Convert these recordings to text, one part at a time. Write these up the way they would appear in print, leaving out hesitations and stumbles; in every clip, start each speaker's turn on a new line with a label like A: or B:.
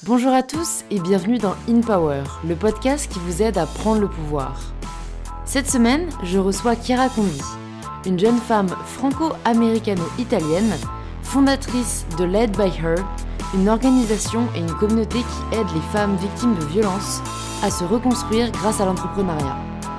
A: Bonjour à tous et bienvenue dans In Power, le podcast qui vous aide à prendre le pouvoir. Cette semaine, je reçois Chiara Condi, une jeune femme franco-américano-italienne, fondatrice de Led by Her, une organisation et une communauté qui aide les femmes victimes de violences à se reconstruire grâce à l'entrepreneuriat.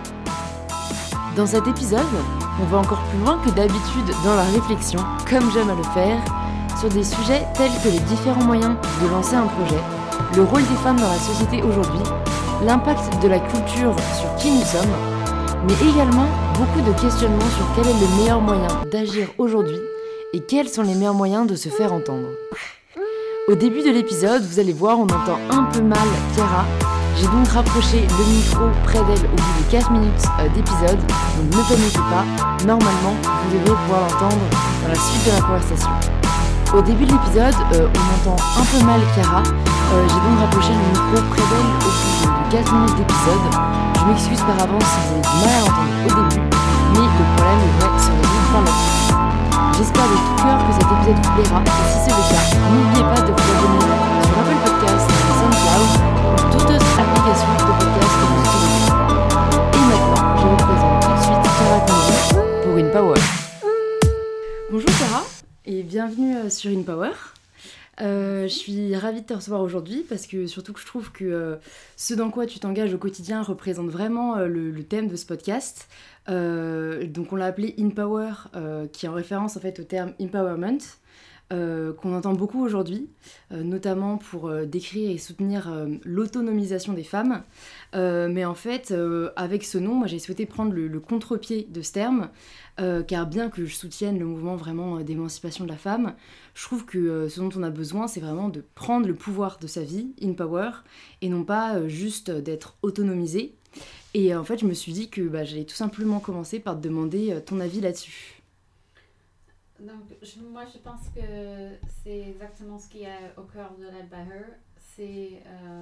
A: Dans cet épisode, on va encore plus loin que d'habitude dans la réflexion, comme j'aime à le faire, sur des sujets tels que les différents moyens de lancer un projet, le rôle des femmes dans la société aujourd'hui, l'impact de la culture sur qui nous sommes, mais également beaucoup de questionnements sur quel est le meilleur moyen d'agir aujourd'hui et quels sont les meilleurs moyens de se faire entendre. Au début de l'épisode, vous allez voir, on entend un peu mal Chiara. J'ai donc rapproché le micro près d'elle au bout de 4 minutes d'épisode, donc ne paniquez pas, normalement vous devrez pouvoir l'entendre dans la suite de la conversation. Au début de l'épisode, on entend un peu mal Chiara, j'ai donc rapproché le micro près d'elle au bout de 4 minutes d'épisode. Je m'excuse par avance si vous avez du mal à l'entendre au début, mais le problème devrait se résoudre par la suite. J'espère de tout cœur que cet épisode vous plaira, et si c'est le cas, n'oubliez pas de vous abonner sur Apple Podcasts, SoundCloud ou toute autre application de podcast que vous utilisez. Et maintenant, je vous présente tout de suite Chiara Condi pour In Power. Bonjour Chiara, et bienvenue sur In Power. Je suis ravie de te recevoir aujourd'hui parce que surtout que je trouve que ce dans quoi tu t'engages au quotidien représente vraiment le thème de ce podcast. Donc on l'a appelé In Power, qui est en référence en fait au terme empowerment, qu'on entend beaucoup aujourd'hui, notamment pour décrire et soutenir l'autonomisation des femmes. Mais en fait, avec ce nom, moi j'ai souhaité prendre le contre-pied de ce terme, car bien que je soutienne le mouvement vraiment d'émancipation de la femme, je trouve que ce dont on a besoin, c'est vraiment de prendre le pouvoir de sa vie, in power, et non pas juste d'être autonomisée. Et en fait, je me suis dit que j'allais tout simplement commencer par te demander ton avis là-dessus.
B: Donc, moi, je pense que c'est exactement ce qui est au cœur de Led by Her.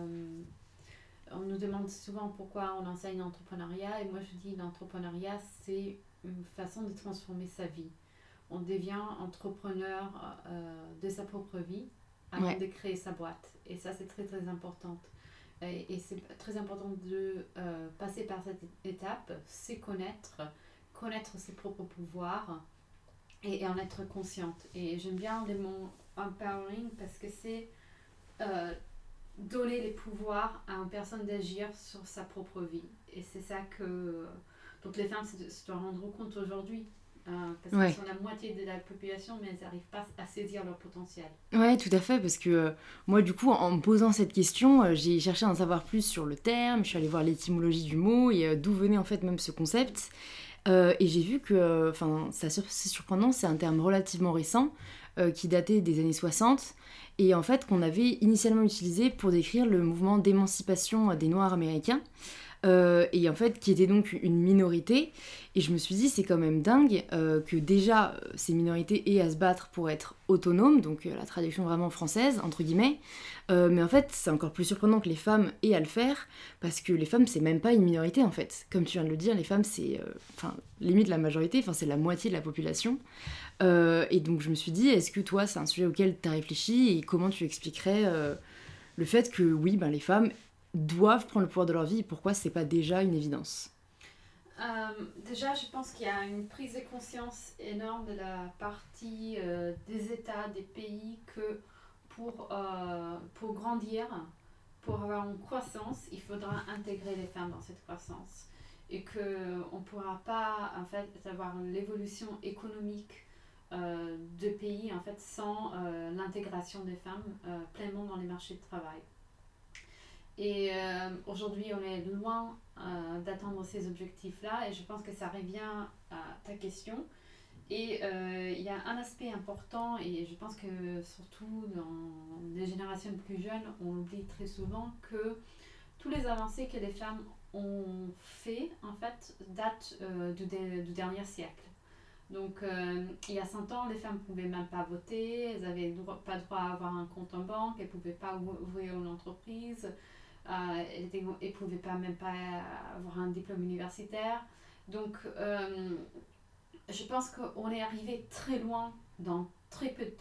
B: On nous demande souvent pourquoi on enseigne l'entrepreneuriat, et moi je dis l'entrepreneuriat, c'est une façon de transformer sa vie. On devient entrepreneur de sa propre vie avant de créer sa boîte. Et ça, c'est très très important. Et c'est très important de passer par cette étape, se connaître ses propres pouvoirs et en être consciente. Et j'aime bien le mot empowering parce que c'est donner les pouvoirs à une personne d'agir sur sa propre vie. Et c'est ça que donc les femmes se doivent rendre compte aujourd'hui. Parce qu'elles sont la moitié de la population, mais elles n'arrivent pas à saisir leur potentiel.
A: Ouais, tout à fait, parce que moi, du coup, en me posant cette question, j'ai cherché à en savoir plus sur le terme, je suis allée voir l'étymologie du mot et d'où venait en fait même ce concept. Et j'ai vu que, c'est surprenant, c'est un terme relativement récent, qui datait des années 60, et en fait qu'on avait initialement utilisé pour décrire le mouvement d'émancipation des Noirs américains. Et en fait qui était donc une minorité, et je me suis dit c'est quand même dingue que déjà ces minorités aient à se battre pour être autonomes, donc la traduction vraiment française entre guillemets, mais en fait c'est encore plus surprenant que les femmes aient à le faire, parce que les femmes c'est même pas une minorité en fait, comme tu viens de le dire, les femmes c'est limite la majorité, c'est la moitié de la population, et donc je me suis dit est-ce que toi c'est un sujet auquel tu as réfléchi, et comment tu expliquerais le fait que oui les femmes doivent prendre le pouvoir de leur vie, et pourquoi c'est pas déjà une évidence?
B: Déjà, je pense qu'il y a une prise de conscience énorme de la partie des États, des pays, que pour grandir, pour avoir une croissance, il faudra intégrer les femmes dans cette croissance. Et qu'on ne pourra pas en fait, avoir l'évolution économique de pays en fait, sans l'intégration des femmes pleinement dans les marchés de travail. Et aujourd'hui, on est loin d'atteindre ces objectifs-là, et je pense que ça revient à ta question. Et il y a un aspect important, et je pense que surtout dans les générations plus jeunes, on oublie très souvent que tous les avancées que les femmes ont fait, en fait, datent du dernier siècle. Donc, il y a 100 ans, les femmes ne pouvaient même pas voter, elles n'avaient pas droit à avoir un compte en banque, elles ne pouvaient pas ouvrir une entreprise. Elles ne pouvaient même pas avoir un diplôme universitaire. Donc, je pense qu'on est arrivé très loin dans très peu de temps.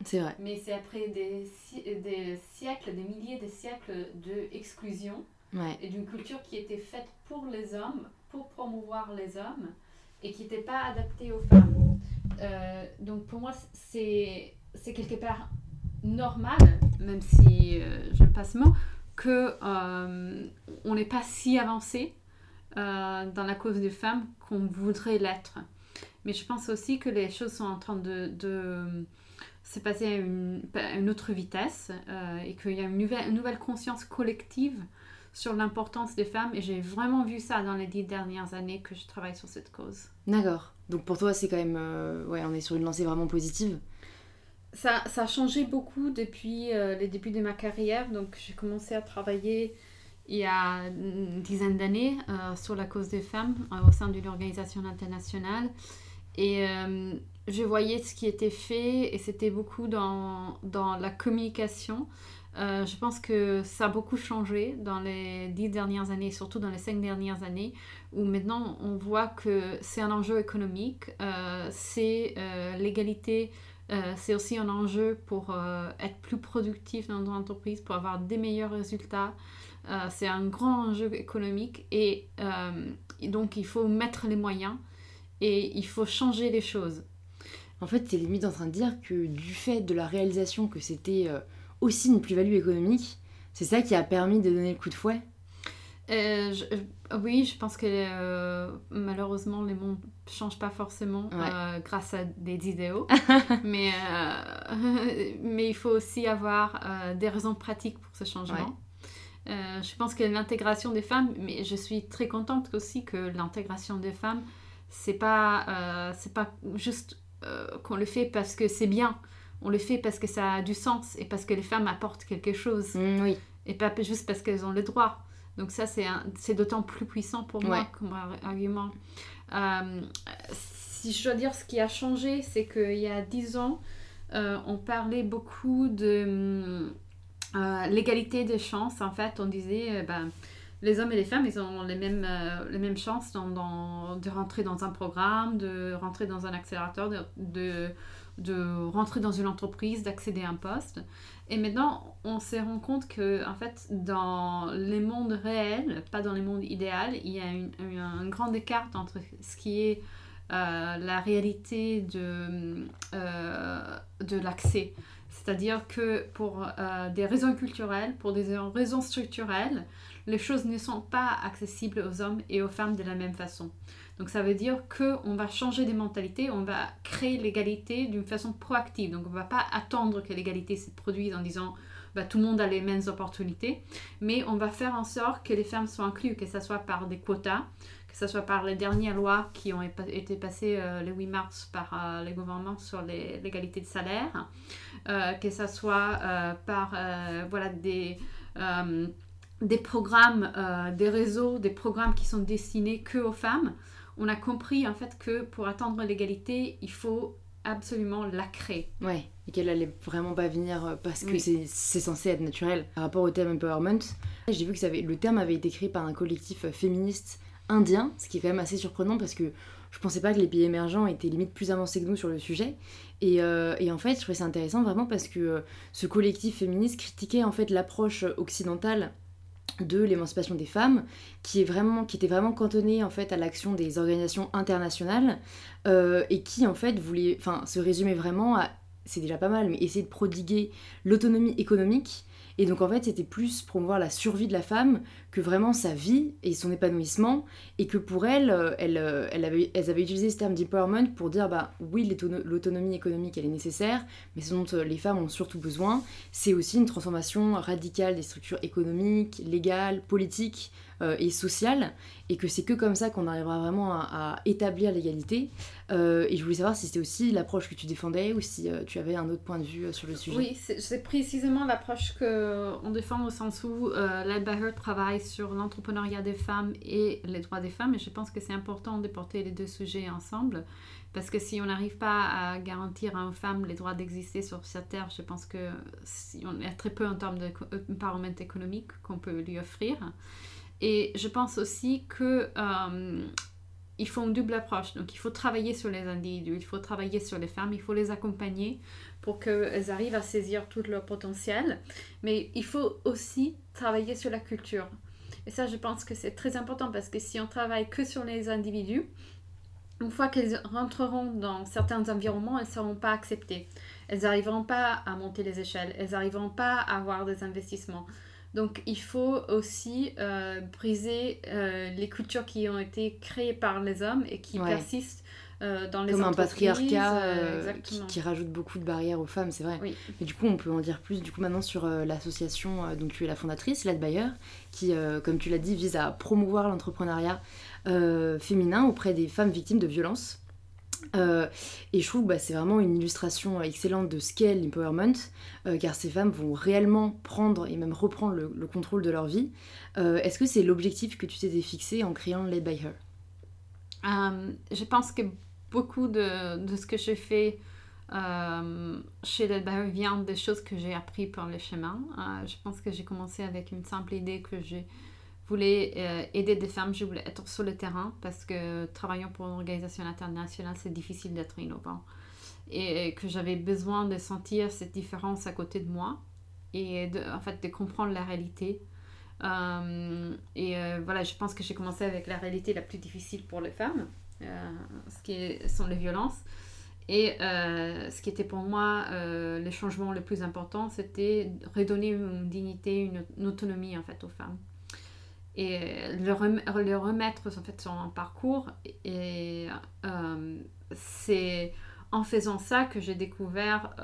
A: C'est vrai.
B: Mais c'est après des siècles, des milliers de siècles d'exclusion et d'une culture qui était faite pour les hommes, pour promouvoir les hommes, et qui n'était pas adaptée aux femmes. Donc pour moi, c'est quelque part normal, même si je me passe mot, que on n'est pas si avancé dans la cause des femmes qu'on voudrait l'être. Mais je pense aussi que les choses sont en train de se passer à une autre vitesse et qu'il y a une nouvelle conscience collective sur l'importance des femmes, et j'ai vraiment vu ça dans les 10 dernières années que je travaille sur cette cause.
A: D'accord. Donc pour toi, c'est quand même... on est sur une lancée vraiment positive.
B: Ça a changé beaucoup depuis les débuts de ma carrière. Donc j'ai commencé à travailler il y a une dizaine d'années sur la cause des femmes au sein d'une organisation internationale. Et je voyais ce qui était fait, et c'était beaucoup dans la communication. Je pense que ça a beaucoup changé dans les 10 dernières années, surtout dans les 5 dernières années, où maintenant on voit que c'est un enjeu économique, c'est l'égalité, c'est aussi un enjeu pour être plus productif dans notre entreprise, pour avoir des meilleurs résultats. C'est un grand enjeu économique, et donc il faut mettre les moyens et il faut changer les choses.
A: En fait, t'es limite en train de dire que du fait de la réalisation que c'était aussi une plus-value économique, c'est ça qui a permis de donner le coup de fouet.
B: Oui, je pense que malheureusement les mondes ne changent pas forcément grâce à des idéaux, mais il faut aussi avoir des raisons pratiques pour ce changement. Je pense que l'intégration des femmes, mais je suis très contente aussi que l'intégration des femmes, c'est pas juste qu'on le fait parce que c'est bien, on le fait parce que ça a du sens et parce que les femmes apportent quelque chose, et pas juste parce qu'elles ont le droit. Donc ça, c'est d'autant plus puissant pour moi comme argument. Si je dois dire ce qui a changé, c'est qu'il y a 10 ans, on parlait beaucoup de l'égalité des chances. En fait, on disait les hommes et les femmes, ils ont les mêmes chances de rentrer dans un programme, de rentrer dans un accélérateur, de rentrer dans une entreprise, d'accéder à un poste. Et maintenant, on se rend compte que, en fait, dans les mondes réels, pas dans les mondes idéaux, il y a un grand écart entre ce qui est la réalité de l'accès. C'est-à-dire que pour des raisons culturelles, pour des raisons structurelles, les choses ne sont pas accessibles aux hommes et aux femmes de la même façon. Donc ça veut dire qu'on va changer des mentalités, on va créer l'égalité d'une façon proactive. Donc on ne va pas attendre que l'égalité se produise en disant tout le monde a les mêmes opportunités, mais on va faire en sorte que les femmes soient incluses, que ce soit par des quotas, que ce soit par les dernières lois qui ont été passées le 8 mars par les gouvernements sur l'égalité de salaire, que ce soit par des programmes, des réseaux, des programmes qui sont destinés que aux femmes. On a compris en fait que pour atteindre l'égalité, il faut absolument la créer.
A: Ouais, et qu'elle allait vraiment pas venir parce que c'est censé être naturel. Par rapport au thème empowerment, j'ai vu que le terme avait été créé par un collectif féministe indien, ce qui est quand même assez surprenant parce que je pensais pas que les pays émergents étaient limite plus avancés que nous sur le sujet. Et en fait, je trouvais ça intéressant vraiment parce que ce collectif féministe critiquait en fait l'approche occidentale de l'émancipation des femmes, qui était vraiment cantonnée en fait à l'action des organisations internationales et qui en fait se résumait vraiment à, c'est déjà pas mal, mais essayer de prodiguer l'autonomie économique. Et donc en fait c'était plus promouvoir la survie de la femme que vraiment sa vie et son épanouissement, et que pour elles avaient utilisé ce terme d'empowerment pour dire oui, l'autonomie économique elle est nécessaire, mais ce dont les femmes ont surtout besoin, c'est aussi une transformation radicale des structures économiques, légales, politiques et sociales, et que c'est que comme ça qu'on arrivera vraiment à établir l'égalité. Et je voulais savoir si c'était aussi l'approche que tu défendais ou si tu avais un autre point de vue sur le sujet.
B: Oui, c'est précisément l'approche qu'on défend, au sens où Led by Her travaille sur l'entrepreneuriat des femmes et les droits des femmes, et je pense que c'est important de porter les deux sujets ensemble, parce que si on n'arrive pas à garantir aux femmes les droits d'exister sur cette terre, je pense que si on a très peu en termes d'empowerment économique qu'on peut lui offrir. Et je pense aussi que il faut une double approche. Donc, il faut travailler sur les individus, il faut travailler sur les femmes, il faut les accompagner pour qu'elles arrivent à saisir tout leur potentiel. Mais il faut aussi travailler sur la culture. Et ça, je pense que c'est très important parce que si on travaille que sur les individus, une fois qu'elles rentreront dans certains environnements, elles ne seront pas acceptées. Elles n'arriveront pas à monter les échelles, elles n'arriveront pas à avoir des investissements. Donc il faut aussi briser les cultures qui ont été créées par les hommes et qui persistent dans les
A: comme
B: entreprises.
A: Comme un patriarcat qui rajoute beaucoup de barrières aux femmes, c'est vrai.
B: Oui.
A: Mais du coup, on peut en dire plus maintenant sur l'association dont tu es la fondatrice, Led by Her, qui, comme tu l'as dit, vise à promouvoir l'entrepreneuriat féminin auprès des femmes victimes de violences. Et je trouve que c'est vraiment une illustration excellente de ce qu'est l'empowerment, car ces femmes vont réellement prendre et même reprendre le contrôle de leur vie. Est-ce que c'est l'objectif que tu t'étais fixé en créant Led by Her?
B: Je pense que beaucoup de ce que je fais chez Led by Her vient des choses que j'ai apprises par le chemin. Je pense que j'ai commencé avec une simple idée que je voulais aider des femmes, je voulais être sur le terrain parce que travaillant pour une organisation internationale, c'est difficile d'être innovant. Et que j'avais besoin de sentir cette différence à côté de moi et de comprendre la réalité. Voilà, je pense que j'ai commencé avec la réalité la plus difficile pour les femmes, sont les violences. Et ce qui était pour moi le changement le plus important, c'était redonner une dignité, une autonomie en fait aux femmes. Et leur remettre en fait sur un parcours. Et c'est en faisant ça que j'ai découvert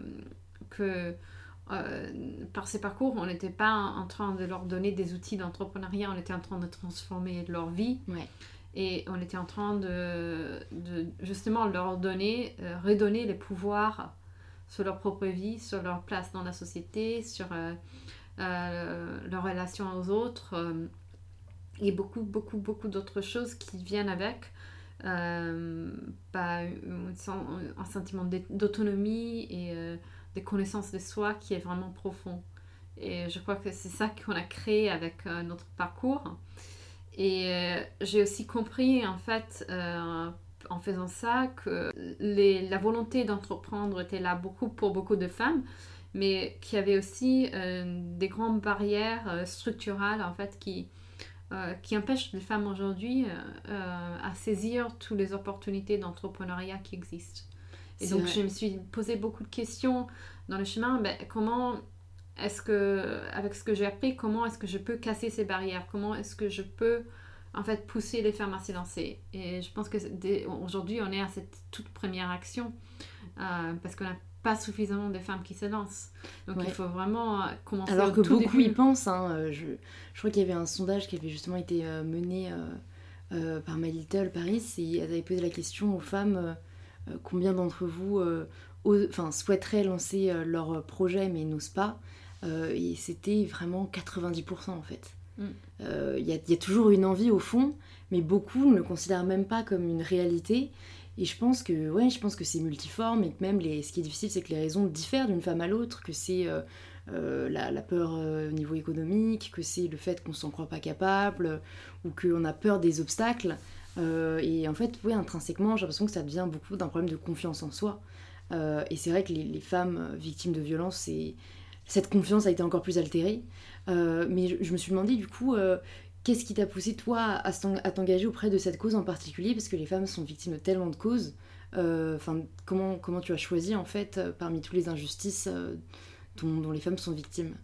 B: que par ces parcours, on n'était pas en train de leur donner des outils d'entrepreneuriat, on était en train de transformer leur vie.
A: Ouais.
B: Et on était en train de justement leur redonner les pouvoirs sur leur propre vie, sur leur place dans la société, sur leur relation aux autres et beaucoup d'autres choses qui viennent avec. Un sentiment d'autonomie et de connaissance de soi qui est vraiment profond. Et je crois que c'est ça qu'on a créé avec notre parcours. Et j'ai aussi compris, en fait, en faisant ça, que la volonté d'entreprendre était là pour beaucoup de femmes, mais qu'il y avait aussi des grandes barrières structurales, en fait, qui empêchent les femmes aujourd'hui à saisir toutes les opportunités d'entrepreneuriat qui existent. Et donc, je me suis posé beaucoup de questions dans le chemin. Comment est-ce que, avec ce que j'ai appris, comment est-ce que je peux casser ces barrières? Comment est-ce que je peux, en fait, pousser les femmes à se lancer? Et je pense que aujourd'hui, on est à cette toute première action parce qu'on n'a pas suffisamment de femmes qui se lancent. Donc, il faut vraiment commencer
A: alors que
B: tout
A: beaucoup
B: début.
A: y pensent. Je crois qu'il y avait un sondage qui avait justement été mené par My Little Paris et elle avait posé la question aux femmes combien d'entre vous souhaiteraient lancer leur projet mais n'osent pas. Et c'était vraiment 90% en fait. Il y a toujours une envie au fond, mais beaucoup ne le considèrent même pas comme une réalité. Et je pense que c'est multiforme et que même ce qui est difficile, c'est que les raisons diffèrent d'une femme à l'autre, que c'est la peur au niveau économique, que c'est le fait qu'on ne s'en croit pas capable, ou qu'on a peur des obstacles. Et en fait, intrinsèquement, j'ai l'impression que ça devient beaucoup d'un problème de confiance en soi. Et c'est vrai que les femmes victimes de violences, cette confiance a été encore plus altérée. Mais je me suis demandé du coup, qu'est-ce qui t'a poussé toi à t'engager auprès de cette cause en particulier? Parce que les femmes sont victimes de tellement de causes. Comment tu as choisi en fait parmi toutes les injustices dont les femmes sont victimes?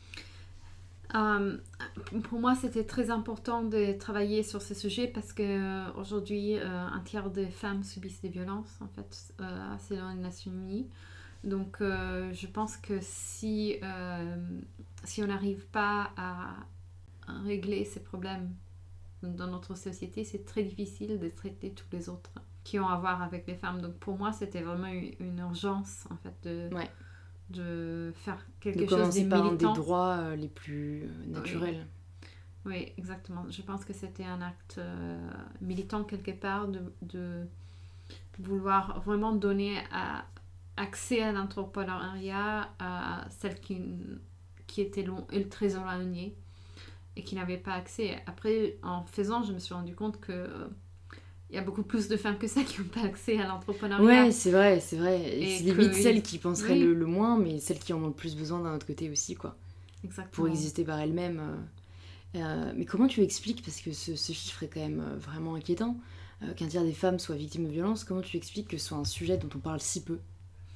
B: Pour moi, c'était très important de travailler sur ce sujet parce qu'aujourd'hui, un tiers des femmes subissent des violences, en fait, selon les Nations Unies. Donc, je pense que si on n'arrive pas à régler ces problèmes dans notre société, c'est très difficile de traiter tous les autres qui ont à voir avec les femmes. Donc, pour moi, c'était vraiment une urgence, en fait, de faire quelque chose de militant. De commencer par un des
A: droits les plus naturels.
B: Oui, exactement. Je pense que c'était un acte militant quelque part de vouloir vraiment donner accès à l'entrepreneuriat à celles qui étaient très éloignées et qui n'avaient pas accès. Après, en faisant, je me suis rendu compte que il y a beaucoup plus de femmes que ça qui n'ont pas accès à l'entrepreneuriat.
A: Ouais, c'est vrai. Et c'est limite celles qui penseraient
B: oui.
A: le moins, mais celles qui en ont le plus besoin d'un autre côté aussi, quoi.
B: Exactement.
A: Pour exister par elles-mêmes. Mais comment tu expliques, parce que ce chiffre est quand même vraiment inquiétant, qu'un tiers des femmes soient victimes de violences, comment tu expliques que ce soit un sujet dont on parle si peu?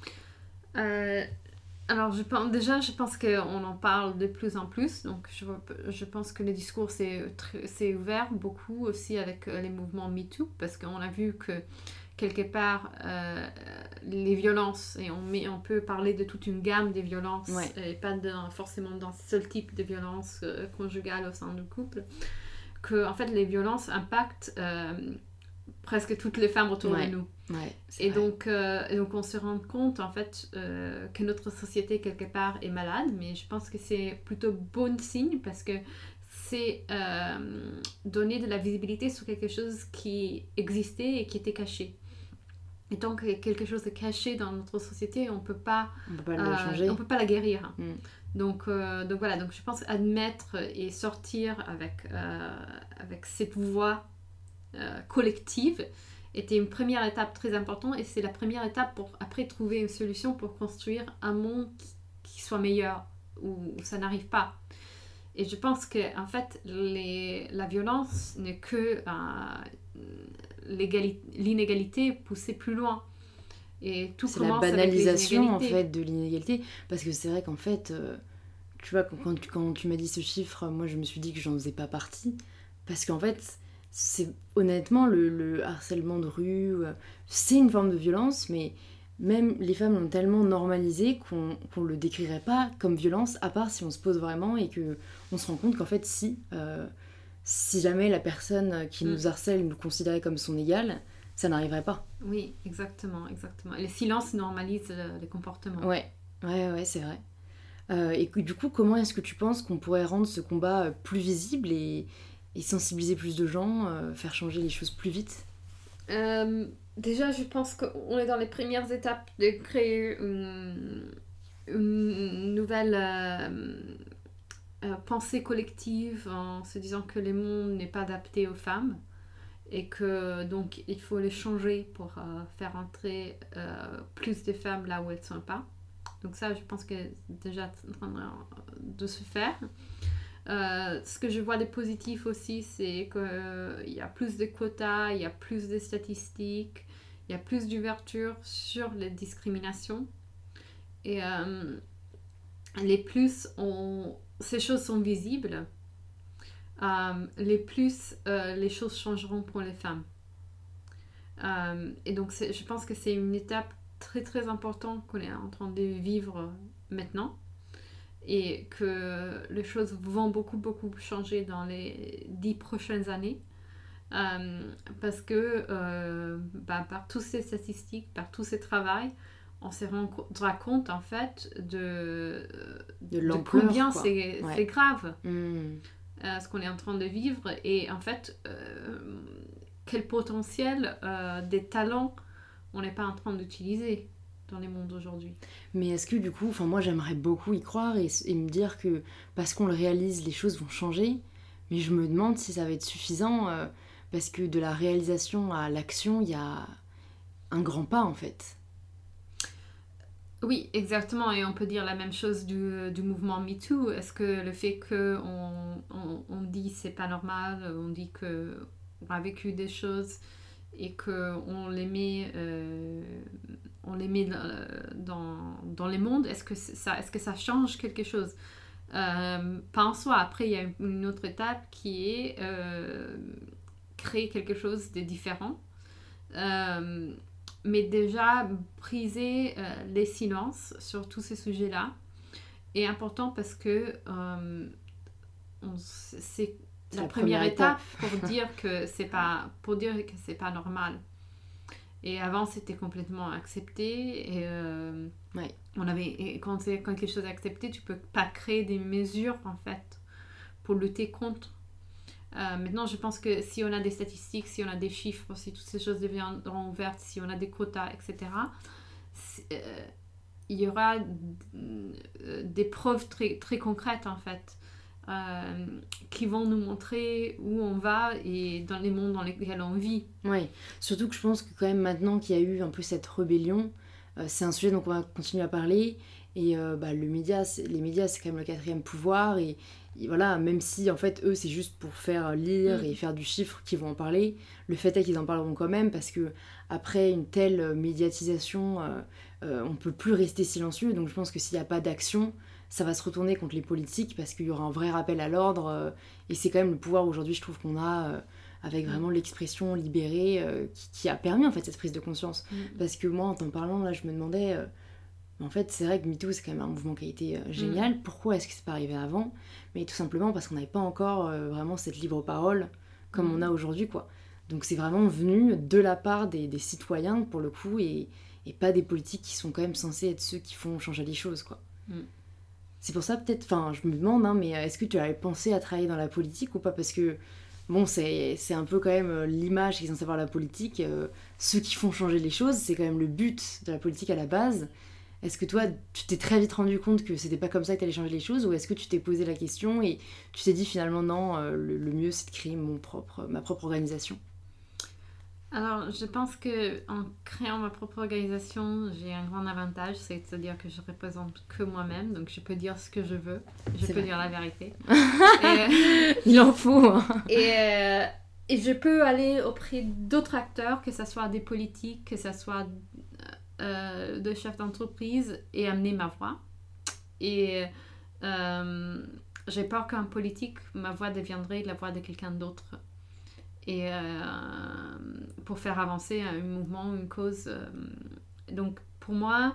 B: Alors, je pense qu'on en parle de plus en plus. Donc, je pense que le discours s'est ouvert beaucoup aussi avec les mouvements MeToo, parce qu'on a vu que, quelque part, les violences, et on peut parler de toute une gamme des violences, et pas forcément d'un seul type de violence conjugale au sein du couple, que, en fait, les violences impactent presque toutes les femmes autour de nous. Et donc on se rend compte en fait que notre société quelque part est malade, mais je pense que c'est plutôt bon signe parce que c'est donner de la visibilité sur quelque chose qui existait et qui était caché. Et tant que quelque chose est caché dans notre société, on peut pas
A: le changer.
B: On peut pas la guérir. Donc voilà, donc je pense admettre et sortir avec cette voix collective était une première étape très importante, et c'est la première étape pour après trouver une solution pour construire un monde qui soit meilleur, où ça n'arrive pas. Et je pense que en fait la violence n'est que l'inégalité poussée plus loin. Et tout
A: c'est la banalisation en fait de l'inégalité, parce que c'est vrai qu'en fait tu vois, quand tu m'as dit ce chiffre, moi je me suis dit que j'en faisais pas partie, parce qu'en fait c'est honnêtement le harcèlement de rue, c'est une forme de violence, mais même les femmes l'ont tellement normalisé qu'on le décrirait pas comme violence, à part si on se pose vraiment et que on se rend compte qu'en fait si jamais la personne qui nous harcèle nous considérait comme son égale, ça n'arriverait pas.
B: Oui, exactement. Et le silence normalise les comportements.
A: Ouais, c'est vrai. Et du coup, comment est-ce que tu penses qu'on pourrait rendre ce combat plus visible et sensibiliser plus de gens, faire changer les choses plus vite?
B: Déjà, je pense qu'on est dans les premières étapes de créer une nouvelle pensée collective en se disant que le monde n'est pas adapté aux femmes et que donc il faut les changer pour faire entrer plus de femmes là où elles ne sont pas. Donc ça, je pense que c'est déjà en train de se faire. Ce que je vois de positif aussi, c'est qu'il y a plus de quotas, il y a plus de statistiques, il y a plus d'ouverture sur les discriminations. Et les plus ces choses sont visibles, les plus les choses changeront pour les femmes. Et donc je pense que c'est une étape très très importante qu'on est en train de vivre maintenant. Et que les choses vont beaucoup changer dans les 10 prochaines années parce que par toutes ces statistiques, par tous ces travaux, on se rendra compte en fait de combien
A: quoi.
B: C'est grave ce qu'on est en train de vivre, et en fait quel potentiel des talents on n'est pas en train d'utiliser dans les mondes aujourd'hui.
A: Mais est-ce que du coup, moi j'aimerais beaucoup y croire et me dire que parce qu'on le réalise, les choses vont changer, mais je me demande si ça va être suffisant parce que de la réalisation à l'action, il y a un grand pas en fait.
B: Oui, exactement, et on peut dire la même chose du mouvement MeToo. Est-ce que le fait qu'on dit c'est pas normal, on dit qu'on a vécu des choses et qu'on les met dans les mondes, est-ce que ça change quelque chose? Pas en soi. Après, il y a une autre étape qui est créer quelque chose de différent. Mais déjà, briser les silences sur tous ces sujets-là est important parce que c'est la première étape pour dire que c'est pas normal. Et avant, c'était complètement accepté. Et quand quelque chose est accepté, tu peux pas créer des mesures en fait pour lutter contre. Maintenant, je pense que si on a des statistiques, si on a des chiffres, si toutes ces choses deviendront ouvertes, si on a des quotas, etc., il y aura des preuves très, très concrètes en fait qui vont nous montrer où on va et dans les mondes dans lesquels on vit.
A: Oui, surtout que je pense que quand même maintenant qu'il y a eu un peu cette rébellion, c'est un sujet dont on va continuer à parler. Et les médias, c'est quand même le quatrième pouvoir. Et voilà, même si en fait eux c'est juste pour faire lire et faire du chiffre qu'ils vont en parler, le fait est qu'ils en parleront quand même parce que après une telle médiatisation, on peut plus rester silencieux. Donc je pense que s'il n'y a pas d'action, ça va se retourner contre les politiques parce qu'il y aura un vrai rappel à l'ordre. Et c'est quand même le pouvoir aujourd'hui, je trouve qu'on a avec vraiment l'expression libérée qui a permis en fait cette prise de conscience. Parce que moi en t'en parlant là, je me demandais... en fait, c'est vrai que MeToo, c'est quand même un mouvement qui a été génial. Pourquoi est-ce que c'est pas arrivé avant ? Mais tout simplement parce qu'on n'avait pas encore vraiment cette libre parole comme on a aujourd'hui, quoi. Donc c'est vraiment venu de la part des citoyens, pour le coup, et pas des politiques qui sont quand même censés être ceux qui font changer les choses, quoi. C'est pour ça, peut-être, enfin, je me demande, hein, mais est-ce que tu avais pensé à travailler dans la politique ou pas ? Parce que, bon, c'est un peu quand même l'image qui est censée avoir la politique. Ceux qui font changer les choses, c'est quand même le but de la politique à la base. Est-ce que toi, tu t'es très vite rendu compte que c'était pas comme ça que t'allais changer les choses, ou est-ce que tu t'es posé la question et tu t'es dit finalement non, le mieux c'est de créer ma propre organisation ?
B: Alors, je pense qu'en créant ma propre organisation, j'ai un grand avantage, c'est-à-dire que je représente que moi-même, donc je peux dire ce que je veux, je peux dire la vérité.
A: Il en faut, hein.
B: Et je peux aller auprès d'autres acteurs, que ce soit des politiques, que ce soit de chefs d'entreprise, et amener ma voix. Et j'ai peur qu'en politique, ma voix deviendrait la voix de quelqu'un d'autre. Et pour faire avancer un mouvement, une cause. Donc pour moi,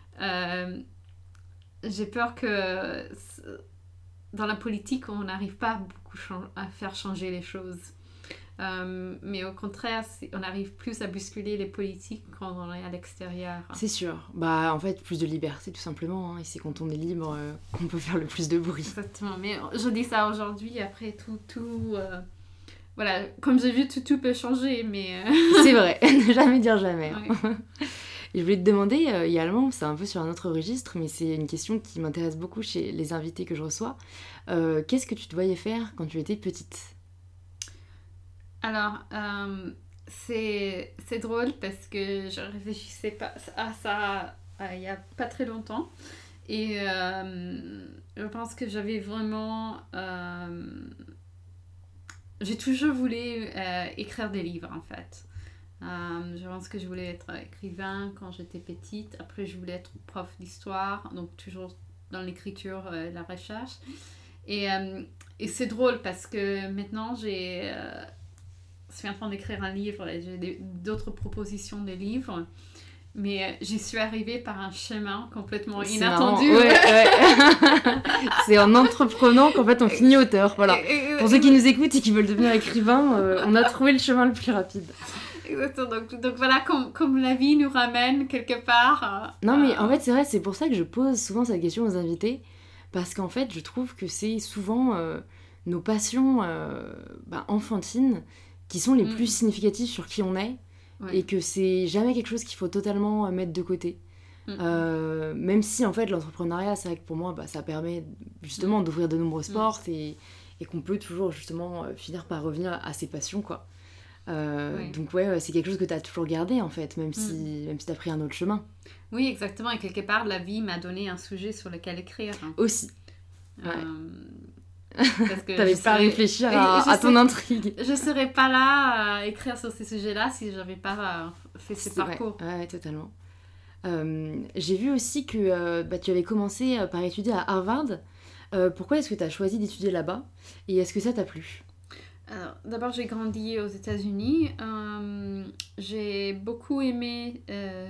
B: j'ai peur que dans la politique, on n'arrive pas beaucoup à faire changer les choses. Mais au contraire, on arrive plus à bousculer les politiques quand on est à l'extérieur.
A: C'est sûr. Bah, en fait, plus de liberté, tout simplement. Hein. Et c'est quand on est libre qu'on peut faire le plus de bruit.
B: Exactement. Mais je dis ça aujourd'hui, après tout voilà, comme j'ai vu, tout peut changer, mais...
A: C'est vrai, ne jamais dire jamais.
B: Ouais.
A: Et je voulais te demander, également, c'est un peu sur un autre registre, mais c'est une question qui m'intéresse beaucoup chez les invités que je reçois. Qu'est-ce que tu te voyais faire quand tu étais petite ?
B: Alors, c'est drôle parce que je réfléchissais pas à ça il y a pas très longtemps. Et je pense que j'avais vraiment... j'ai toujours voulu écrire des livres, en fait. Je pense que je voulais être écrivain quand j'étais petite. Après, je voulais être prof d'histoire, donc toujours dans l'écriture, la recherche. Et c'est drôle parce que maintenant, je suis en train d'écrire un livre et j'ai d'autres propositions de livres. Mais j'y suis arrivée par un chemin complètement inattendu.
A: Ouais. C'est en entreprenant qu'en fait on finit auteur. Voilà. Pour ceux qui nous écoutent et qui veulent devenir écrivains, on a trouvé le chemin le plus rapide.
B: Exactement. Donc voilà, comme la vie nous ramène quelque part.
A: Non mais en fait c'est vrai, c'est pour ça que je pose souvent cette question aux invités. Parce qu'en fait je trouve que c'est souvent nos passions enfantines qui sont les plus significatives sur qui on est. Ouais. Et que c'est jamais quelque chose qu'il faut totalement mettre de côté. Même si en fait l'entrepreneuriat, c'est vrai que pour moi ça permet justement d'ouvrir de nombreuses portes et qu'on peut toujours justement finir par revenir à ses passions, quoi. Donc ouais, c'est quelque chose que tu as toujours gardé en fait, même si tu as pris un autre chemin.
B: Oui, exactement, et quelque part la vie m'a donné un sujet sur lequel écrire.
A: Aussi. Ouais.
B: Parce que
A: t'avais pas à réfléchir à ton intrigue.
B: Je serais pas là à écrire sur ces sujets-là si j'avais pas fait ce parcours.
A: Ouais, totalement. J'ai vu aussi que tu avais commencé par étudier à Harvard. Pourquoi est-ce que tu as choisi d'étudier là-bas ? Et est-ce que ça t'a plu ?
B: Alors, d'abord, j'ai grandi aux États-Unis. J'ai beaucoup aimé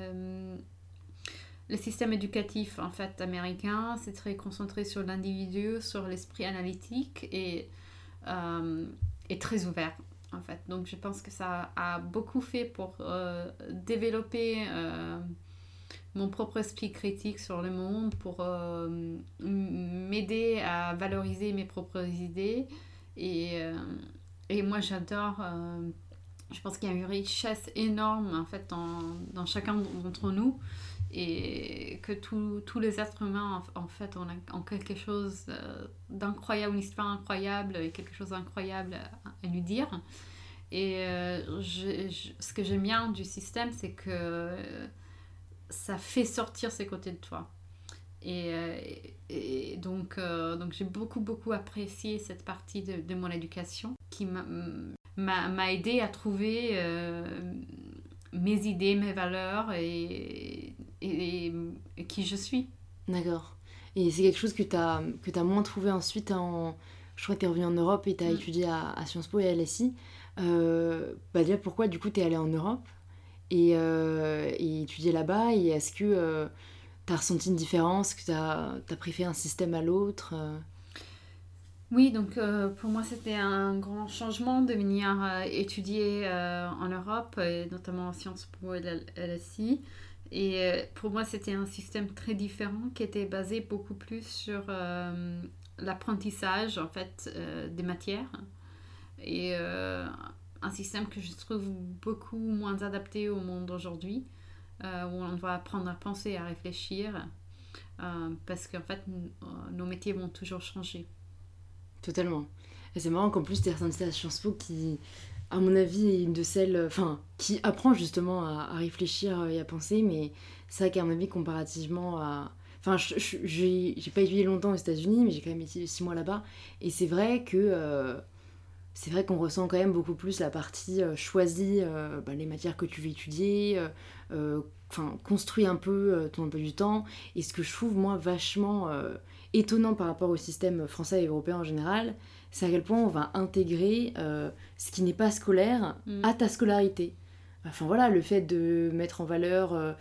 B: le système éducatif en fait américain. C'est très concentré sur l'individu, sur l'esprit analytique et très ouvert en fait. Donc je pense que ça a beaucoup fait pour développer mon propre esprit critique sur le monde, pour m'aider à valoriser mes propres idées et moi j'adore. Je pense qu'il y a une richesse énorme en fait dans chacun d'entre nous. et que tous les êtres humains, en fait, ont quelque chose d'incroyable, une histoire incroyable et quelque chose d'incroyable à lui dire. Et ce que j'aime bien du système, c'est que ça fait sortir ces côtés de toi. Et donc j'ai beaucoup apprécié cette partie de mon éducation qui m'a aidé à trouver mes idées, mes valeurs et qui je suis.
A: D'accord. Et c'est quelque chose que t'as moins trouvé ensuite je crois que t'es revenue en Europe et t'as étudié à Sciences Po et à LSI. Déjà, pourquoi du coup t'es allée en Europe et étudier là-bas, et est-ce que t'as ressenti une différence, que t'as préféré un système à l'autre
B: Oui, donc pour moi c'était un grand changement de venir étudier en Europe, et notamment en Sciences Po et LSI. Et pour moi c'était un système très différent qui était basé beaucoup plus sur l'apprentissage en fait des matières. Et un système que je trouve beaucoup moins adapté au monde d'aujourd'hui, où on doit apprendre à penser, à réfléchir, parce qu'en fait nos métiers vont toujours changer.
A: Totalement. Et c'est marrant qu'en plus t'aies ressenti à Sciences Po qui, à mon avis, est une de celles... Enfin, qui apprend justement à réfléchir et à penser, mais c'est vrai qu'à mon avis, comparativement à... Enfin, j'ai pas étudié longtemps aux États-Unis, mais j'ai quand même étudié 6 mois là-bas, et c'est vrai que... c'est vrai qu'on ressent quand même beaucoup plus la partie choisie, les matières que tu veux étudier, construis un peu ton emploi du temps. Et ce que je trouve, moi, vachement étonnant par rapport au système français et européen en général, c'est à quel point on va intégrer ce qui n'est pas scolaire à ta scolarité. Enfin voilà, le fait de mettre en valeur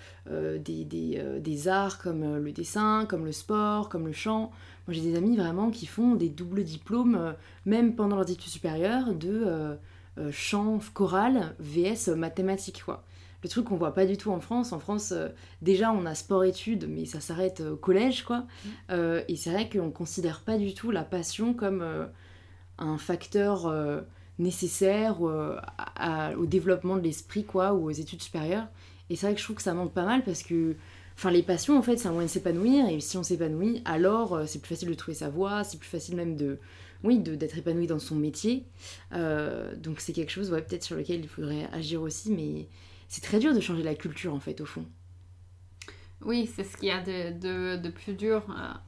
A: des arts comme le dessin, comme le sport, comme le chant. Moi j'ai des amis vraiment qui font des doubles diplômes, même pendant leurs études supérieures, de chant choral vs mathématiques, quoi. Le truc qu'on voit pas du tout en France. En France, déjà on a sport-études, mais ça s'arrête au collège, quoi. Et c'est vrai qu'on considère pas du tout la passion comme un facteur nécessaire au développement de l'esprit, quoi, ou aux études supérieures. Et c'est vrai que je trouve que ça manque pas mal parce que les passions, en fait, c'est un moyen de s'épanouir, et si on s'épanouit, alors c'est plus facile de trouver sa voie, c'est plus facile même d'être épanoui dans son métier. Donc c'est quelque chose, ouais, peut-être sur lequel il faudrait agir aussi, mais c'est très dur de changer la culture, en fait, au fond.
B: Oui, c'est ce qu'il y a de plus dur,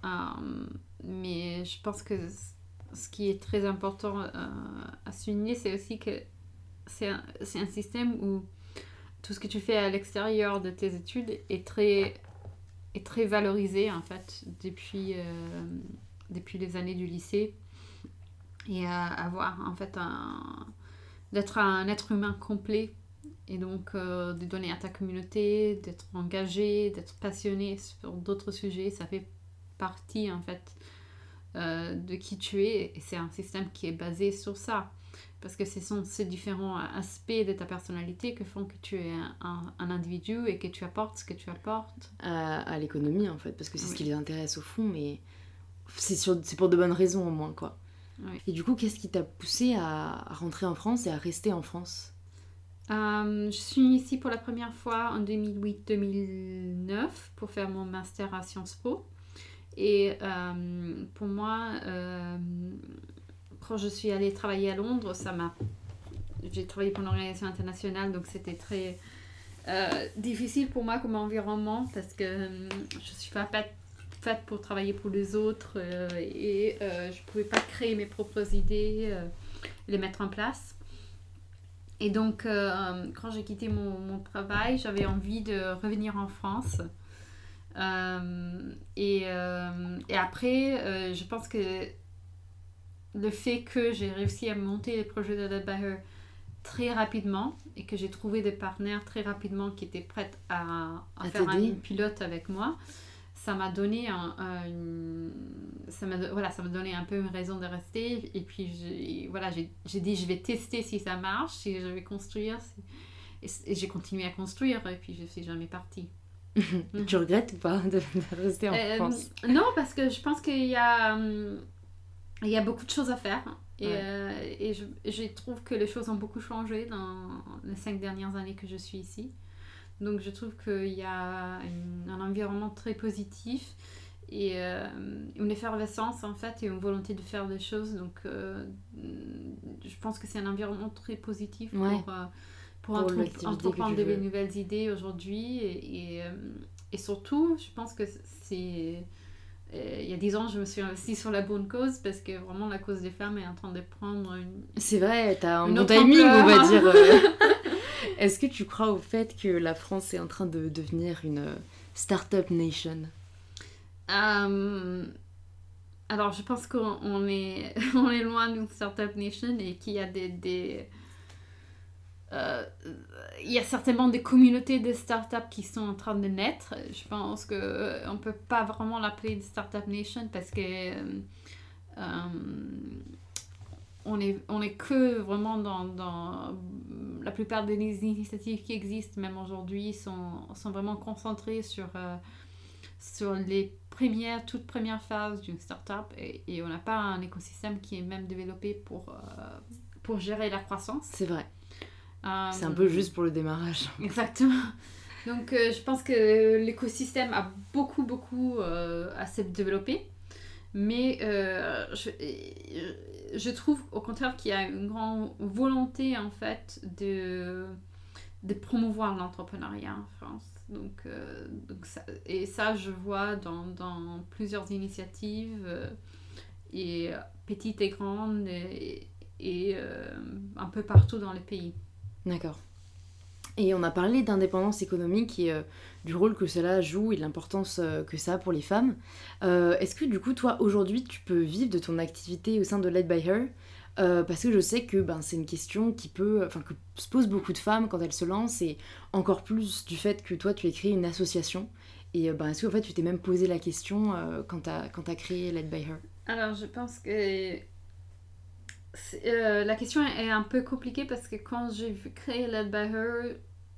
B: mais je pense que ce qui est très important à souligner, c'est aussi que c'est un système où tout ce que tu fais à l'extérieur de tes études est très valorisé en fait depuis les années du lycée, et avoir en fait d'être un être humain complet, et donc de donner à ta communauté, d'être engagé, d'être passionné sur d'autres sujets, ça fait partie en fait de qui tu es, et c'est un système qui est basé sur ça. Parce que ce sont ces différents aspects de ta personnalité que font que tu es un individu et que tu apportes ce que tu apportes.
A: À l'économie, en fait, parce que c'est ce qui les intéresse au fond, mais c'est pour de bonnes raisons au moins, quoi.
B: Oui.
A: Et du coup, qu'est-ce qui t'a poussé à rentrer en France et à rester en France ?
B: Je suis ici pour la première fois en 2008-2009 pour faire mon master à Sciences Po. Et pour moi... quand je suis allée travailler à Londres, j'ai travaillé pour une organisation internationale, donc c'était très difficile pour moi comme environnement, parce que je suis pas faite pour travailler pour les autres, et je pouvais pas créer mes propres idées, les mettre en place. Et donc quand j'ai quitté mon travail, j'avais envie de revenir en France. Et après, je pense que le fait que j'ai réussi à monter les projets de Led by Her très rapidement, et que j'ai trouvé des partenaires très rapidement qui étaient prêts à faire un pilote avec moi, ça m'a donné ça m'a donné un peu une raison de rester. Et puis j'ai dit je vais tester si ça marche, si je vais construire, et j'ai continué à construire, et puis je suis jamais partie.
A: Tu regrettes ou pas de rester en France ?
B: Non, parce que je pense qu'il y a beaucoup de choses à faire, et je trouve que les choses ont beaucoup changé dans les 5 dernières années que je suis ici. Donc je trouve qu'il y a un environnement très positif et une effervescence en fait et une volonté de faire des choses. Donc je pense que c'est un environnement très positif pour entreprendre des nouvelles idées aujourd'hui. Et surtout, je pense que c'est... il y a 10 ans, je me suis investie sur la bonne cause parce que vraiment la cause des femmes est en train de prendre une...
A: C'est vrai, t'as un bon timing, on va dire. Est-ce que tu crois au fait que la France est en train de devenir une start-up nation?
B: Alors, je pense qu'on est, on est loin d'une start-up nation et qu'il y a il y a certainement des communautés de start-up qui sont en train de naître. Je pense qu'on ne peut pas vraiment l'appeler une start-up nation parce que on est que vraiment dans la plupart des initiatives qui existent, même aujourd'hui, sont vraiment concentrées sur les toutes premières phases d'une start-up et on n'a pas un écosystème qui est même développé pour gérer la croissance.
A: C'est vrai. C'est un peu juste pour le démarrage.
B: Exactement. Donc je pense que l'écosystème a beaucoup à se développer. Mais je trouve au contraire qu'il y a une grande volonté en fait de promouvoir l'entrepreneuriat en France. Donc ça, je vois dans plusieurs initiatives, et petites et grandes, et un peu partout dans le pays.
A: D'accord. Et on a parlé d'indépendance économique et du rôle que cela joue et de l'importance que ça a pour les femmes. Est-ce que du coup, toi, aujourd'hui, tu peux vivre de ton activité au sein de Led by Her? Parce que je sais que c'est une question que se posent beaucoup de femmes quand elles se lancent, et encore plus du fait que toi, tu as créé une association. Et est-ce que en fait, tu t'es même posé la question quand t'as créé Led by Her?
B: Alors, je pense que la question est un peu compliquée parce que quand j'ai créé Led by Her,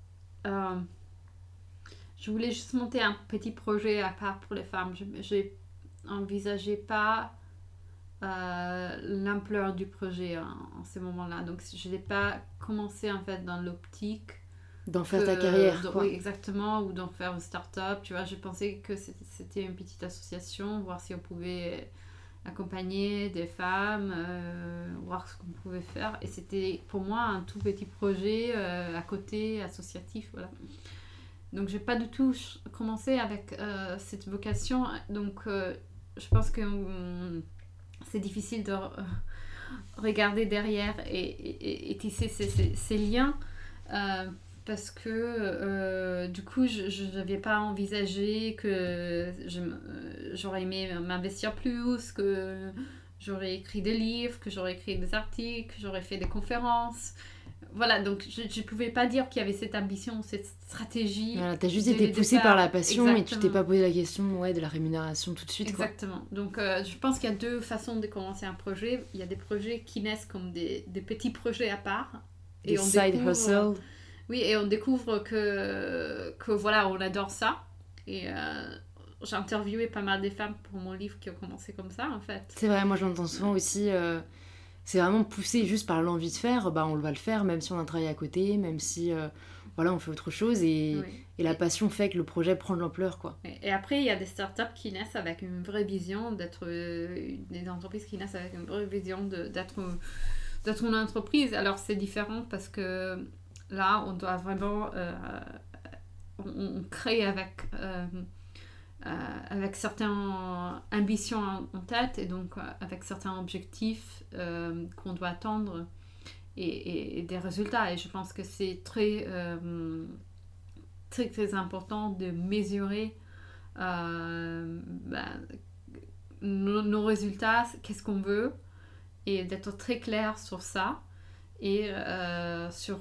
B: je voulais juste monter un petit projet à part pour les femmes. Je n'envisageais pas l'ampleur du projet en ce moment-là. Donc je n'ai pas commencé en fait dans l'optique
A: d'en faire ta carrière, quoi.
B: Oui, exactement, ou d'en faire une start-up. Tu vois, je pensais que c'était une petite association, voir si on pouvait accompagner des femmes, voir ce qu'on pouvait faire. Et c'était pour moi un tout petit projet à côté, associatif, voilà. Donc j'ai pas du tout commencé avec cette vocation. Donc je pense que c'est difficile de regarder derrière et tisser ces liens. Parce que du coup je n'avais pas envisagé que j'aurais aimé m'investir plus, que j'aurais écrit des livres, que j'aurais écrit des articles, que j'aurais fait des conférences. Voilà, donc je ne pouvais pas dire qu'il y avait cette ambition, cette stratégie.
A: Voilà, t'as juste été poussée par la passion. Exactement. Et tu t'es pas posé la question de la rémunération tout de suite.
B: Exactement. Quoi. Donc je pense qu'il y a deux façons de commencer un projet. Il y a des projets qui naissent comme des petits projets à part.
A: Des side hustle.
B: Oui, et on découvre que voilà, on adore ça. Et j'ai interviewé pas mal de femmes pour mon livre qui ont commencé comme ça, en fait.
A: C'est vrai, moi j'entends souvent aussi... c'est vraiment poussé juste par l'envie de faire, on va le faire, même si on a un travail à côté, même si on fait autre chose. Et la passion fait que le projet prend de l'ampleur, quoi.
B: Et après, il y a des startups qui naissent avec une vraie vision d'être... des entreprises qui naissent avec une vraie vision d'être une entreprise. Alors, c'est différent parce que... Là, on doit vraiment... on crée avec certaines ambitions en tête et donc avec certains objectifs qu'on doit atteindre et des résultats. Et je pense que c'est très, très, très important de mesurer nos résultats, qu'est-ce qu'on veut, et d'être très clair sur ça. Et sur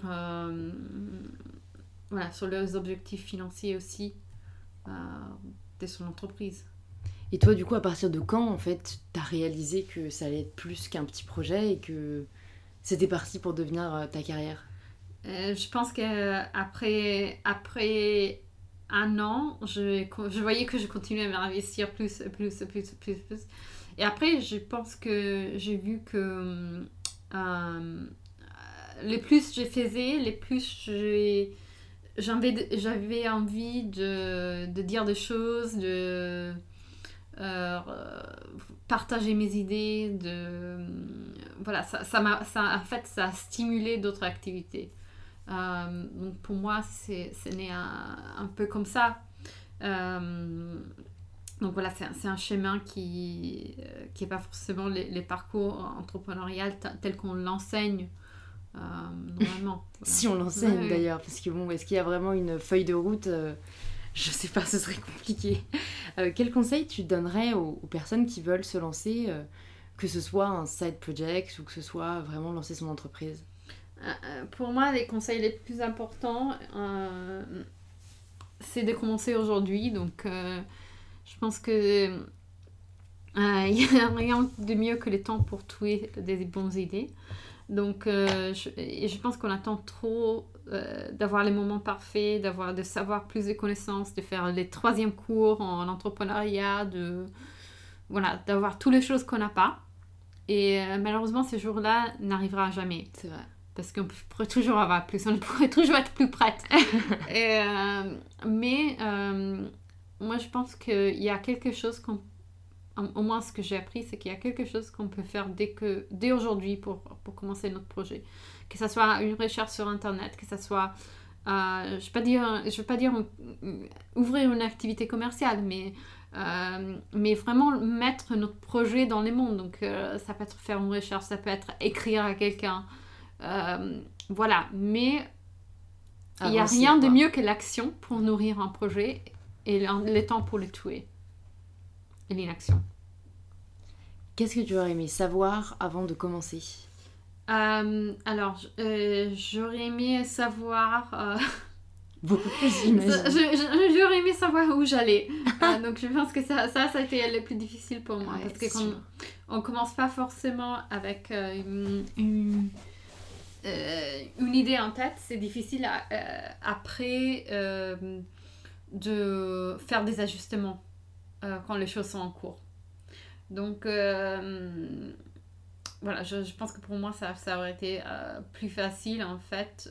B: les objectifs financiers aussi de son entreprise.
A: Et toi, du coup, à partir de quand, en fait, t'as réalisé que ça allait être plus qu'un petit projet et que c'était parti pour devenir ta carrière?
B: Je pense qu'après un an, je voyais que je continuais à m'investir plus. Et après, je pense que j'ai vu que... les plus je faisais, les plus j'avais envie de dire des choses, de euh, partager mes idées, voilà, en fait, ça a stimulé d'autres activités. Donc pour moi, c'est né un peu comme ça. Donc voilà, c'est un chemin qui est pas forcément les parcours entrepreneurial tels qu'on l'enseigne normalement. Voilà.
A: Si on l'enseigne d'ailleurs, parce que bon, est-ce qu'il y a vraiment une feuille de route je sais pas, ce serait compliqué. Quel conseil tu donnerais aux personnes qui veulent se lancer, que ce soit un side project ou que ce soit vraiment lancer son entreprise?
B: Pour moi, les conseils les plus importants, c'est de commencer aujourd'hui. Donc, je pense que il n'y a rien de mieux que le temps pour trouver des bonnes idées. Donc, je pense qu'on attend trop d'avoir les moments parfaits, de savoir plus de connaissances, de faire les 3e cours en entrepreneuriat, voilà, d'avoir toutes les choses qu'on n'a pas. Et malheureusement, ce jour-là n'arrivera jamais.
A: C'est vrai.
B: Parce qu'on pourrait toujours avoir plus, on pourrait toujours être plus prête. Mais moi, je pense qu'il y a quelque chose au moins ce que j'ai appris, c'est qu'il y a quelque chose qu'on peut faire dès aujourd'hui pour commencer notre projet. Que ce soit une recherche sur Internet, que ce soit, je ne veux pas dire ouvrir une activité commerciale, mais vraiment mettre notre projet dans les mondes. Donc ça peut être faire une recherche, ça peut être écrire à quelqu'un. Voilà, mais il n'y a rien de mieux que l'action pour nourrir un projet et le temps pour le tuer. Et l'inaction.
A: Qu'est-ce que tu aurais aimé savoir avant de commencer?
B: Alors, j'aurais aimé savoir...
A: Beaucoup plus, j'imagine.
B: J'aurais aimé savoir où j'allais. Donc, je pense que ça a été le plus difficile pour moi. Ouais, parce que quand on commence pas forcément avec une idée en tête, c'est difficile après de faire des ajustements quand les choses sont en cours. Donc, voilà, je pense que pour moi, ça aurait été plus facile, en fait,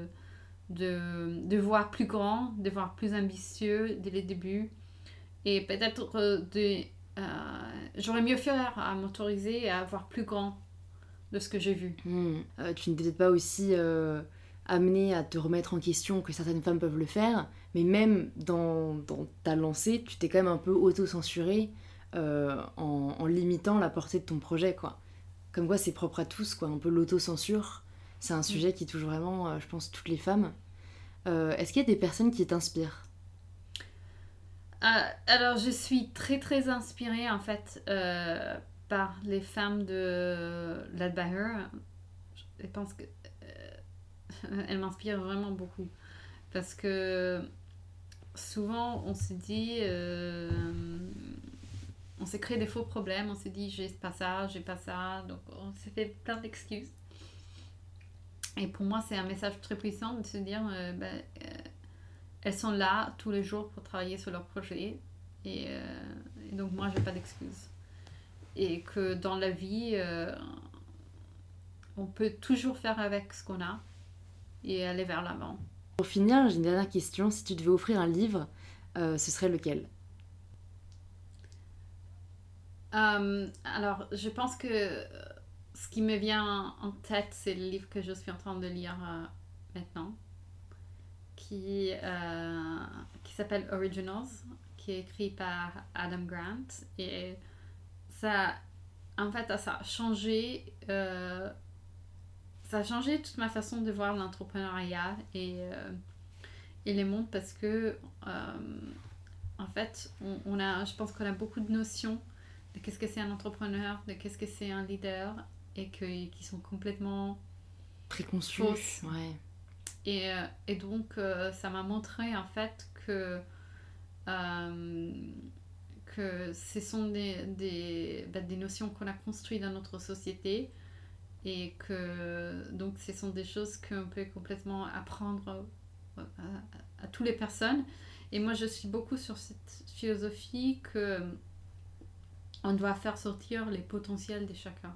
B: de voir plus grand, de voir plus ambitieux dès le début. Et peut-être j'aurais mieux fait à m'autoriser et à voir plus grand de ce que j'ai vu.
A: Tu n'étais peut-être pas aussi amenée à te remettre en question que certaines femmes peuvent le faire, mais même dans ta lancée, tu t'es quand même un peu auto-censurée en limitant la portée de ton projet, quoi. Comme quoi c'est propre à tous, quoi, un peu l'autocensure. C'est un sujet qui touche vraiment, je pense, toutes les femmes. Est-ce qu'il y a des personnes qui t'inspirent?
B: Alors, je suis très très inspirée, en fait, par les femmes de Led by Her. Je pense que elles m'inspirent vraiment beaucoup. Parce que souvent, on se dit... on s'est créé des faux problèmes, on s'est dit j'ai pas ça, donc on s'est fait plein d'excuses. Et pour moi, c'est un message très puissant de se dire elles sont là tous les jours pour travailler sur leur projet, et donc moi, j'ai pas d'excuses. Et que dans la vie, on peut toujours faire avec ce qu'on a et aller vers l'avant.
A: Pour finir, j'ai une dernière question. Si tu devais offrir un livre, ce serait lequel?
B: Alors, je pense que ce qui me vient en tête, c'est le livre que je suis en train de lire maintenant, qui s'appelle Originals, qui est écrit par Adam Grant. Et ça, en fait, ça a changé toute ma façon de voir l'entrepreneuriat et les mondes, parce que en fait, je pense qu'on a beaucoup de notions de qu'est-ce que c'est un entrepreneur, de qu'est-ce que c'est un leader, et qui sont complètement
A: préconçues.
B: Fausses.
A: Ouais.
B: Et donc, ça m'a montré, en fait, que ce sont des notions qu'on a construites dans notre société, et que donc ce sont des choses qu'on peut complètement apprendre à toutes les personnes. Et moi, je suis beaucoup sur cette philosophie que on doit faire sortir les potentiels de chacun.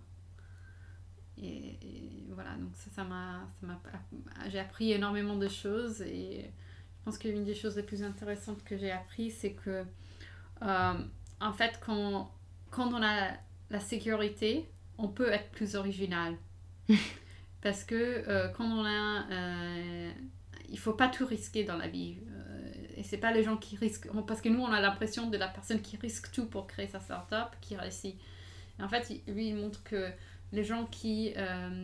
B: Et voilà, donc j'ai appris énormément de choses, et pense qu'une des choses les plus intéressantes que j'ai appris, c'est que, en fait, quand on a la sécurité, on peut être plus original. Parce que quand on a... il faut pas tout risquer dans la vie. Et c'est pas les gens qui risquent... Parce que nous, on a l'impression de la personne qui risque tout pour créer sa start-up, qui réussit. Et en fait, lui, il montre que les gens qui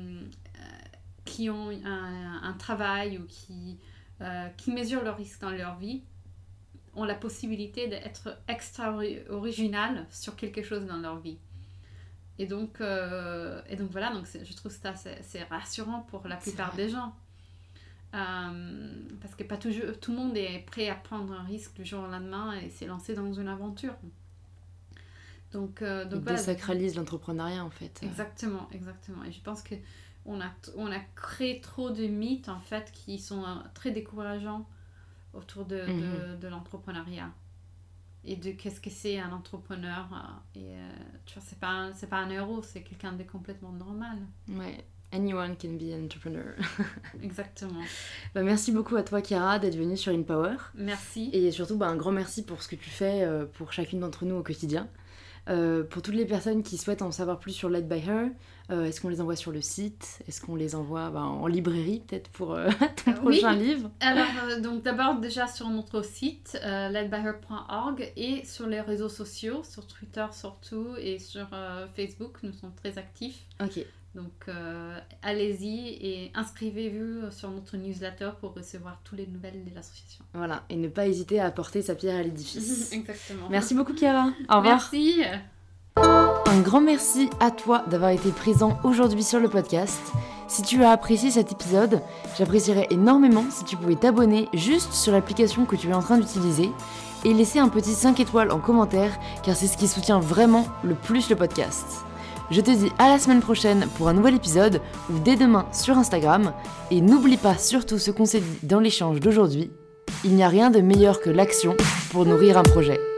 B: ont un travail ou qui mesurent le risque dans leur vie ont la possibilité d'être extra original sur quelque chose dans leur vie. Et donc voilà, donc je trouve ça c'est rassurant pour la plupart des gens. Parce que pas toujours, tout le monde est prêt à prendre un risque du jour au lendemain et s'est lancé dans une aventure. Donc
A: il
B: voilà.
A: désacralise l'entrepreneuriat en fait.
B: Exactement. Et je pense qu'on a créé trop de mythes en fait qui sont très décourageants autour de l'entrepreneuriat. Et de qu'est-ce que c'est un entrepreneur. Et tu vois, c'est pas un héros, c'est quelqu'un de complètement normal.
A: Ouais. Anyone can be an entrepreneur.
B: Exactement.
A: Merci beaucoup à toi, Chiara, d'être venue sur InPower.
B: Merci.
A: Et surtout, un grand merci pour ce que tu fais pour chacune d'entre nous au quotidien. Pour toutes les personnes qui souhaitent en savoir plus sur Led by Her, est-ce qu'on les envoie sur le site ? Est-ce qu'on les envoie en librairie, peut-être, pour ton prochain livre ?
B: Alors, donc d'abord, déjà sur notre site, ledbyher.org, et sur les réseaux sociaux, sur Twitter surtout, et sur Facebook, nous sommes très actifs.
A: Ok.
B: Donc, allez-y et inscrivez-vous sur notre newsletter pour recevoir toutes les nouvelles de l'association.
A: Voilà, et ne pas hésiter à apporter sa pierre à l'édifice.
B: Exactement.
A: Merci beaucoup, Chiara. Au revoir.
B: Merci.
A: Un grand merci à toi d'avoir été présent aujourd'hui sur le podcast. Si tu as apprécié cet épisode, j'apprécierais énormément si tu pouvais t'abonner juste sur l'application que tu es en train d'utiliser et laisser un petit 5 étoiles en commentaire, car c'est ce qui soutient vraiment le plus le podcast. Je te dis à la semaine prochaine pour un nouvel épisode, ou dès demain sur Instagram. Et n'oublie pas surtout ce qu'on s'est dit dans l'échange d'aujourd'hui. Il n'y a rien de meilleur que l'action pour nourrir un projet.